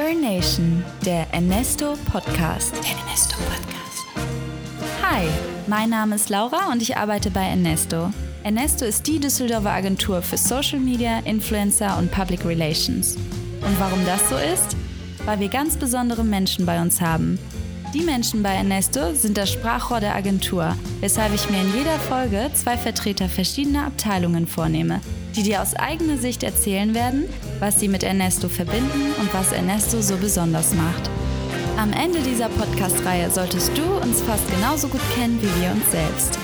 Nation, der Ernesto Podcast. Hi, mein Name ist Laura und ich arbeite bei Ernesto. Ernesto ist die Düsseldorfer Agentur für Social Media, Influencer und Public Relations. Und warum das so ist? Weil wir ganz besondere Menschen bei uns haben. Die Menschen bei Ernesto sind das Sprachrohr der Agentur, weshalb ich mir in jeder Folge 2 Vertreter verschiedener Abteilungen vornehme, die dir aus eigener Sicht erzählen werden, was sie mit Ernesto verbinden und was Ernesto so besonders macht. Am Ende dieser Podcast-Reihe solltest du uns fast genauso gut kennen wie wir uns selbst.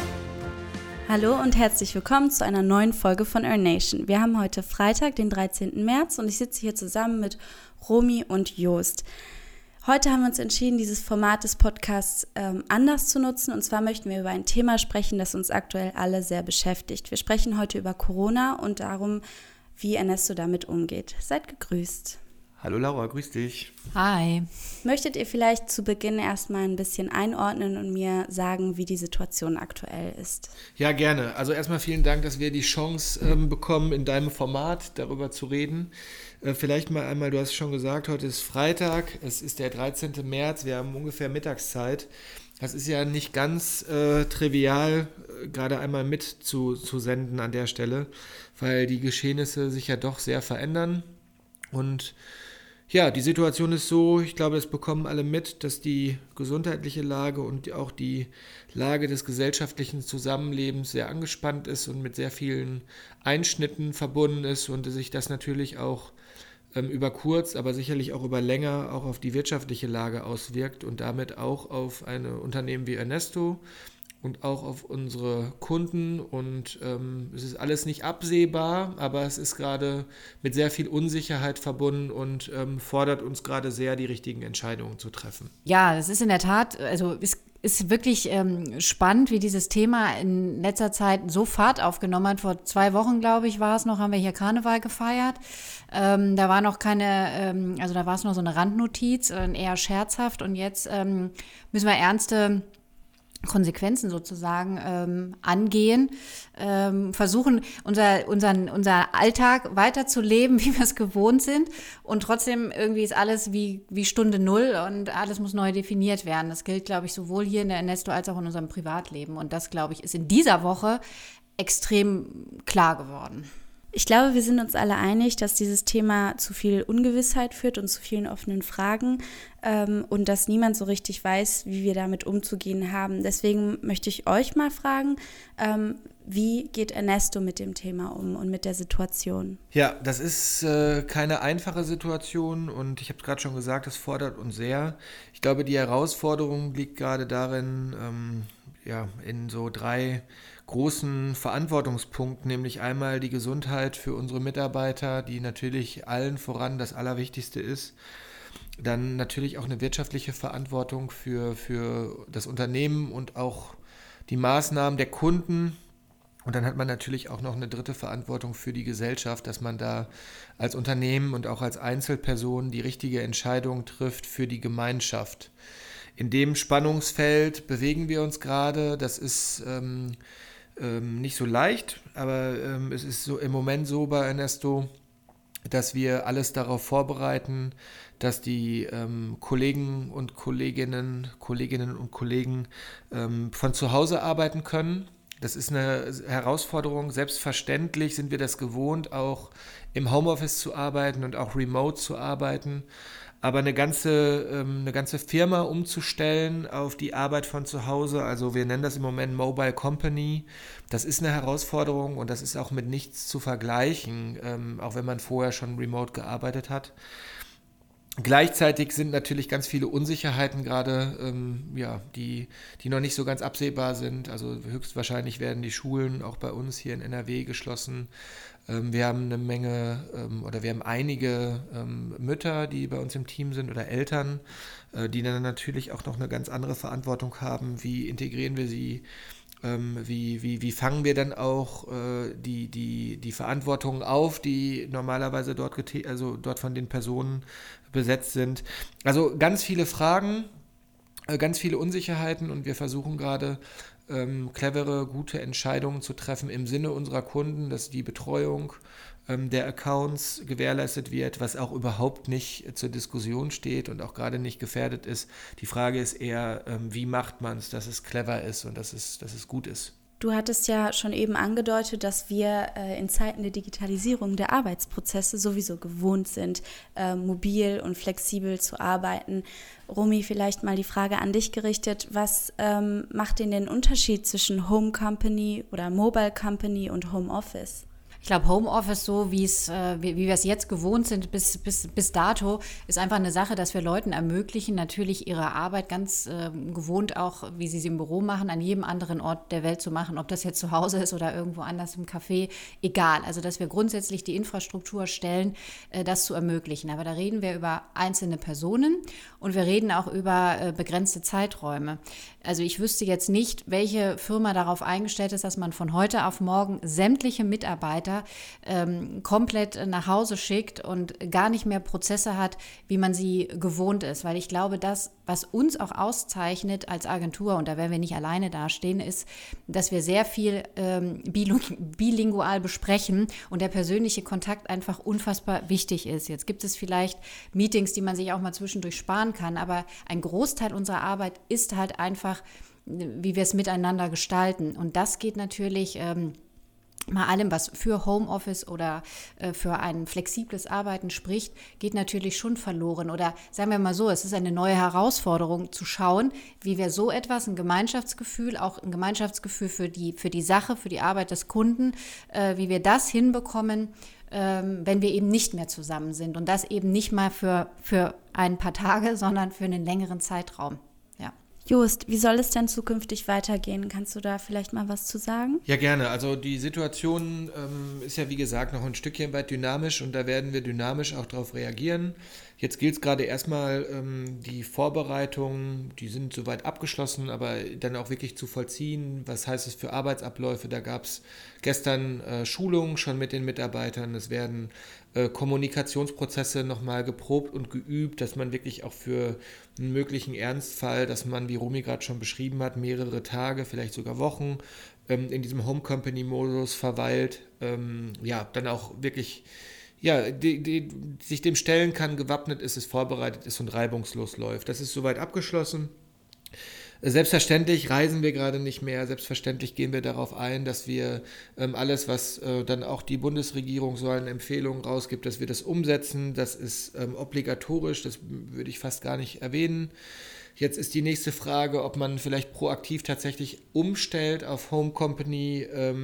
Hallo und herzlich willkommen zu einer neuen Folge von Nation. Wir haben heute Freitag, den 13. März und ich sitze hier zusammen mit Romy und Joost. Heute haben wir uns entschieden, dieses Format des Podcasts anders zu nutzen. Und zwar möchten wir über ein Thema sprechen, das uns aktuell alle sehr beschäftigt. Wir sprechen heute über Corona und darum, wie Ernesto damit umgeht. Seid gegrüßt. Hallo Laura, grüß dich. Hi. Möchtet ihr vielleicht zu Beginn erstmal ein bisschen einordnen und mir sagen, wie die Situation aktuell ist? Ja, gerne. Also erstmal vielen Dank, dass wir die Chance bekommen, in deinem Format darüber zu reden. Vielleicht mal einmal, du hast schon gesagt, heute ist Freitag, es ist der 13. März, wir haben ungefähr Mittagszeit. Das ist ja nicht ganz trivial, gerade einmal mit zu senden an der Stelle, weil die Geschehnisse sich ja doch sehr verändern. Und ja, die Situation ist so, ich glaube, das bekommen alle mit, dass die gesundheitliche Lage und auch die Lage des gesellschaftlichen Zusammenlebens sehr angespannt ist und mit sehr vielen Einschnitten verbunden ist und sich das natürlich auch über kurz, aber sicherlich auch über länger auch auf die wirtschaftliche Lage auswirkt und damit auch auf ein Unternehmen wie Ernesto und auch auf unsere Kunden. Und es ist alles nicht absehbar, aber es ist gerade mit sehr viel Unsicherheit verbunden und fordert uns gerade sehr, die richtigen Entscheidungen zu treffen. Ja, das ist in der Tat, also es ist wirklich spannend, wie dieses Thema in letzter Zeit so Fahrt aufgenommen hat. Vor 2 Wochen, glaube ich, war es noch, haben wir hier Karneval gefeiert. Da war noch keine, also da war es noch so eine Randnotiz, eher scherzhaft. Und jetzt müssen wir ernste Konsequenzen sozusagen angehen, versuchen unser Alltag weiterzuleben, wie wir es gewohnt sind, und trotzdem irgendwie ist alles wie Stunde Null und alles muss neu definiert werden. Das gilt, glaube ich, sowohl hier in der Ernesto als auch in unserem Privatleben, und das, glaube ich, ist in dieser Woche extrem klar geworden. Ich glaube, wir sind uns alle einig, dass dieses Thema zu viel Ungewissheit führt und zu vielen offenen Fragen und dass niemand so richtig weiß, wie wir damit umzugehen haben. Deswegen möchte ich euch mal fragen, wie geht Ernesto mit dem Thema um und mit der Situation? Ja, das ist keine einfache Situation und ich habe es gerade schon gesagt, es fordert uns sehr. Ich glaube, die Herausforderung liegt gerade darin, in so 3 großen Verantwortungspunkten, nämlich einmal die Gesundheit für unsere Mitarbeiter, die natürlich allen voran das Allerwichtigste ist. Dann natürlich auch eine wirtschaftliche Verantwortung für das Unternehmen und auch die Maßnahmen der Kunden. Und dann hat man natürlich auch noch eine 3. Verantwortung für die Gesellschaft, dass man da als Unternehmen und auch als Einzelperson die richtige Entscheidung trifft für die Gemeinschaft. In dem Spannungsfeld bewegen wir uns gerade. Das ist nicht so leicht, aber es ist so im Moment so bei Ernesto, dass wir alles darauf vorbereiten, dass die Kolleginnen und Kollegen von zu Hause arbeiten können. Das ist eine Herausforderung. Selbstverständlich sind wir das gewohnt, auch im Homeoffice zu arbeiten und auch remote zu arbeiten. Aber eine ganze Firma umzustellen auf die Arbeit von zu Hause, also wir nennen das im Moment Mobile Company, das ist eine Herausforderung und das ist auch mit nichts zu vergleichen, auch wenn man vorher schon remote gearbeitet hat. Gleichzeitig sind natürlich ganz viele Unsicherheiten gerade, die noch nicht so ganz absehbar sind. Also höchstwahrscheinlich werden die Schulen auch bei uns hier in NRW geschlossen. Wir haben wir haben einige Mütter, die bei uns im Team sind oder Eltern, die dann natürlich auch noch eine ganz andere Verantwortung haben. Wie integrieren wir sie? Wie fangen wir dann auch die Verantwortung auf, die normalerweise dort von den Personen besetzt sind. Also ganz viele Fragen, ganz viele Unsicherheiten und wir versuchen gerade clevere, gute Entscheidungen zu treffen im Sinne unserer Kunden, dass die Betreuung der Accounts gewährleistet wird, was auch überhaupt nicht zur Diskussion steht und auch gerade nicht gefährdet ist. Die Frage ist eher, wie macht man es, dass es clever ist und dass es gut ist. Du hattest ja schon eben angedeutet, dass wir in Zeiten der Digitalisierung der Arbeitsprozesse sowieso gewohnt sind, mobil und flexibel zu arbeiten. Romy, vielleicht mal die Frage an dich gerichtet. Was macht denn den Unterschied zwischen Home Company oder Mobile Company und Home Office? Ich glaube, Homeoffice, so wie wir es jetzt gewohnt sind bis dato, ist einfach eine Sache, dass wir Leuten ermöglichen, natürlich ihre Arbeit ganz gewohnt auch, wie sie im Büro machen, an jedem anderen Ort der Welt zu machen, ob das jetzt zu Hause ist oder irgendwo anders im Café, egal. Also, dass wir grundsätzlich die Infrastruktur stellen, das zu ermöglichen. Aber da reden wir über einzelne Personen und wir reden auch über begrenzte Zeiträume. Also ich wüsste jetzt nicht, welche Firma darauf eingestellt ist, dass man von heute auf morgen sämtliche Mitarbeiter komplett nach Hause schickt und gar nicht mehr Prozesse hat, wie man sie gewohnt ist. Weil ich glaube, das, was uns auch auszeichnet als Agentur, und da werden wir nicht alleine dastehen, ist, dass wir sehr viel bilingual besprechen und der persönliche Kontakt einfach unfassbar wichtig ist. Jetzt gibt es vielleicht Meetings, die man sich auch mal zwischendurch sparen kann, aber ein Großteil unserer Arbeit ist halt einfach, wie wir es miteinander gestalten. Und das geht natürlich mal allem, was für Homeoffice oder für ein flexibles Arbeiten spricht, geht natürlich schon verloren. Oder sagen wir mal so, es ist eine neue Herausforderung zu schauen, wie wir so etwas, ein Gemeinschaftsgefühl, auch ein Gemeinschaftsgefühl für die Sache, für die Arbeit des Kunden, wie wir das hinbekommen, wenn wir eben nicht mehr zusammen sind. Und das eben nicht mal für ein paar Tage, sondern für einen längeren Zeitraum. Ja. Jost, wie soll es denn zukünftig weitergehen? Kannst du da vielleicht mal was zu sagen? Ja, gerne. Also die Situation ist ja wie gesagt noch ein Stückchen weit dynamisch und da werden wir dynamisch auch darauf reagieren. Jetzt gilt es gerade erstmal, die Vorbereitungen, die sind soweit abgeschlossen, aber dann auch wirklich zu vollziehen. Was heißt es für Arbeitsabläufe? Da gab es gestern Schulungen schon mit den Mitarbeitern. Es werden Kommunikationsprozesse nochmal geprobt und geübt, dass man wirklich auch für einen möglichen Ernstfall, dass man, wie Romy gerade schon beschrieben hat, mehrere Tage, vielleicht sogar Wochen in diesem Home-Company-Modus verweilt, dann auch wirklich sich dem stellen kann, gewappnet ist, es vorbereitet ist und reibungslos läuft. Das ist soweit abgeschlossen. Selbstverständlich reisen wir gerade nicht mehr, selbstverständlich gehen wir darauf ein, dass wir alles, was dann auch die Bundesregierung so an Empfehlungen rausgibt, dass wir das umsetzen. Das ist obligatorisch, das würde ich fast gar nicht erwähnen. Jetzt ist die nächste Frage, ob man vielleicht proaktiv tatsächlich umstellt auf Home Company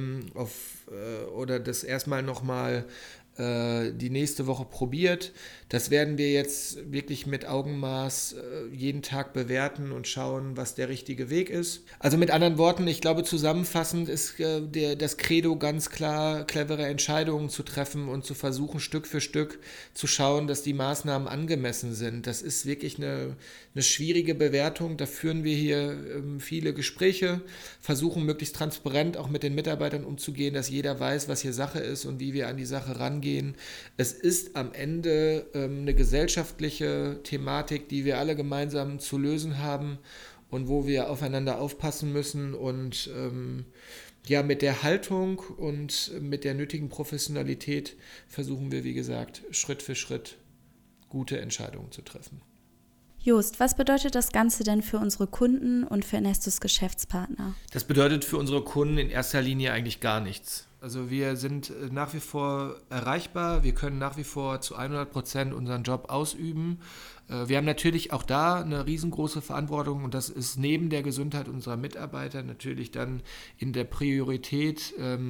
oder das erstmal nochmal die nächste Woche probiert. Das werden wir jetzt wirklich mit Augenmaß jeden Tag bewerten und schauen, was der richtige Weg ist. Also mit anderen Worten, ich glaube zusammenfassend ist das Credo ganz klar, clevere Entscheidungen zu treffen und zu versuchen, Stück für Stück zu schauen, dass die Maßnahmen angemessen sind. Das ist wirklich eine schwierige Bewertung. Da führen wir hier viele Gespräche, versuchen möglichst transparent auch mit den Mitarbeitern umzugehen, dass jeder weiß, was hier Sache ist und wie wir an die Sache rangehen. Es ist am Ende eine gesellschaftliche Thematik, die wir alle gemeinsam zu lösen haben und wo wir aufeinander aufpassen müssen und mit der Haltung und mit der nötigen Professionalität versuchen wir, wie gesagt, Schritt für Schritt gute Entscheidungen zu treffen. Jost, was bedeutet das Ganze denn für unsere Kunden und für Ernestos Geschäftspartner? Das bedeutet für unsere Kunden in erster Linie eigentlich gar nichts. Also wir sind nach wie vor erreichbar, wir können nach wie vor zu 100% unseren Job ausüben. Wir haben natürlich auch da eine riesengroße Verantwortung und das ist neben der Gesundheit unserer Mitarbeiter natürlich dann in der Priorität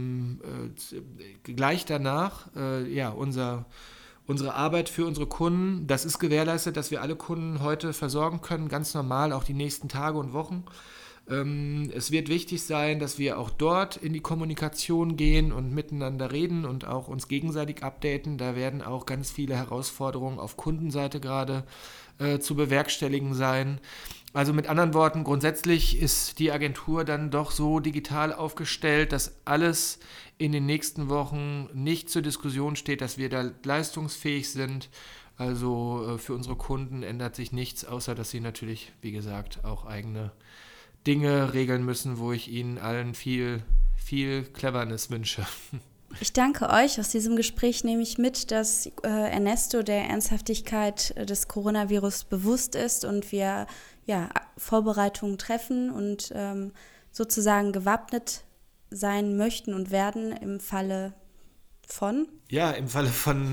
gleich danach unsere Arbeit für unsere Kunden. Das ist gewährleistet, dass wir alle Kunden heute versorgen können, ganz normal, auch die nächsten Tage und Wochen. Es wird wichtig sein, dass wir auch dort in die Kommunikation gehen und miteinander reden und auch uns gegenseitig updaten. Da werden auch ganz viele Herausforderungen auf Kundenseite gerade zu bewerkstelligen sein. Also mit anderen Worten, grundsätzlich ist die Agentur dann doch so digital aufgestellt, dass alles in den nächsten Wochen nicht zur Diskussion steht, dass wir da leistungsfähig sind. Also für unsere Kunden ändert sich nichts, außer dass sie natürlich, wie gesagt, auch eigene Dinge regeln müssen, wo ich ihnen allen viel, viel Cleverness wünsche. Ich danke euch. Aus diesem Gespräch nehme ich mit, dass Ernesto der Ernsthaftigkeit des Coronavirus bewusst ist und wir Vorbereitungen treffen und sozusagen gewappnet sein möchten und werden im Falle von? Ja, im Falle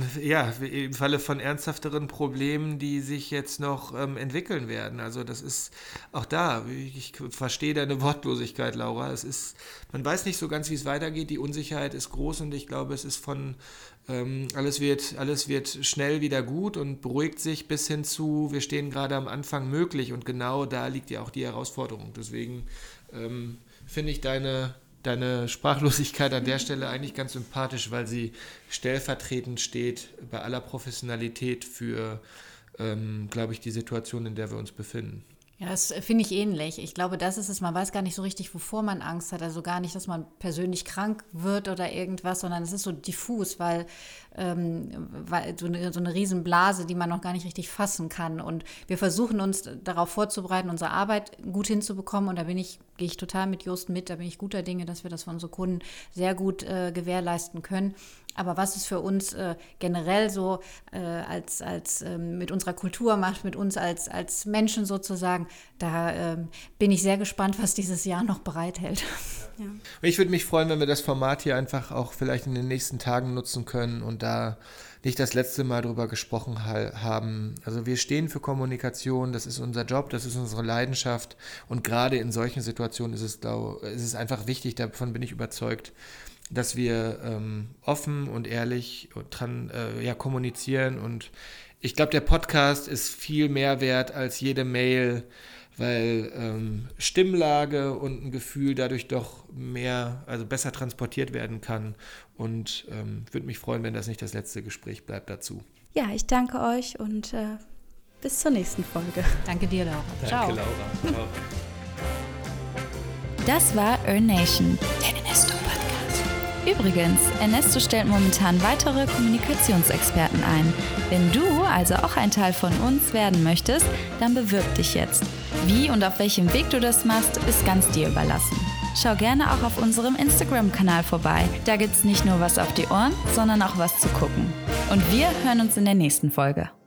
von ernsthafteren Problemen, die sich jetzt noch entwickeln werden. Also das ist auch da, ich verstehe deine Wortlosigkeit, Laura. Man weiß nicht so ganz, wie es weitergeht. Die Unsicherheit ist groß und ich glaube, es ist alles wird schnell wieder gut und beruhigt sich bis hin zu, wir stehen gerade am Anfang möglich und genau da liegt ja auch die Herausforderung. Deswegen finde ich deine Sprachlosigkeit an der Stelle eigentlich ganz sympathisch, weil sie stellvertretend steht bei aller Professionalität für, glaube ich, die Situation, in der wir uns befinden. Ja, das finde ich ähnlich. Ich glaube, das ist es. Man weiß gar nicht so richtig, wovor man Angst hat. Also gar nicht, dass man persönlich krank wird oder irgendwas, sondern es ist so diffus, weil so eine Riesenblase, die man noch gar nicht richtig fassen kann. Und wir versuchen uns darauf vorzubereiten, unsere Arbeit gut hinzubekommen. Und da gehe ich total mit Jost mit. Da bin ich guter Dinge, dass wir das für unsere Kunden sehr gut gewährleisten können. Aber was es für uns generell so als mit unserer Kultur macht, mit uns als Menschen sozusagen, da bin ich sehr gespannt, was dieses Jahr noch bereithält. Ja. Ich würde mich freuen, wenn wir das Format hier einfach auch vielleicht in den nächsten Tagen nutzen können und da nicht das letzte Mal drüber gesprochen haben. Also wir stehen für Kommunikation, das ist unser Job, das ist unsere Leidenschaft und gerade in solchen Situationen ist es einfach wichtig, davon bin ich überzeugt, dass wir offen und ehrlich kommunizieren und ich glaube, der Podcast ist viel mehr wert als jede Mail, weil Stimmlage und ein Gefühl dadurch doch besser transportiert werden kann und würde mich freuen, wenn das nicht das letzte Gespräch bleibt dazu. Ja, ich danke euch und bis zur nächsten Folge. Danke dir, Laura. Danke, Laura. Ciao. Das war Earn Nation, der Ernesto Podcast. Übrigens, Ernesto stellt momentan weitere Kommunikationsexperten ein. Wenn du also auch ein Teil von uns werden möchtest, dann bewirb dich jetzt. Wie und auf welchem Weg du das machst, ist ganz dir überlassen. Schau gerne auch auf unserem Instagram-Kanal vorbei. Da gibt's nicht nur was auf die Ohren, sondern auch was zu gucken. Und wir hören uns in der nächsten Folge.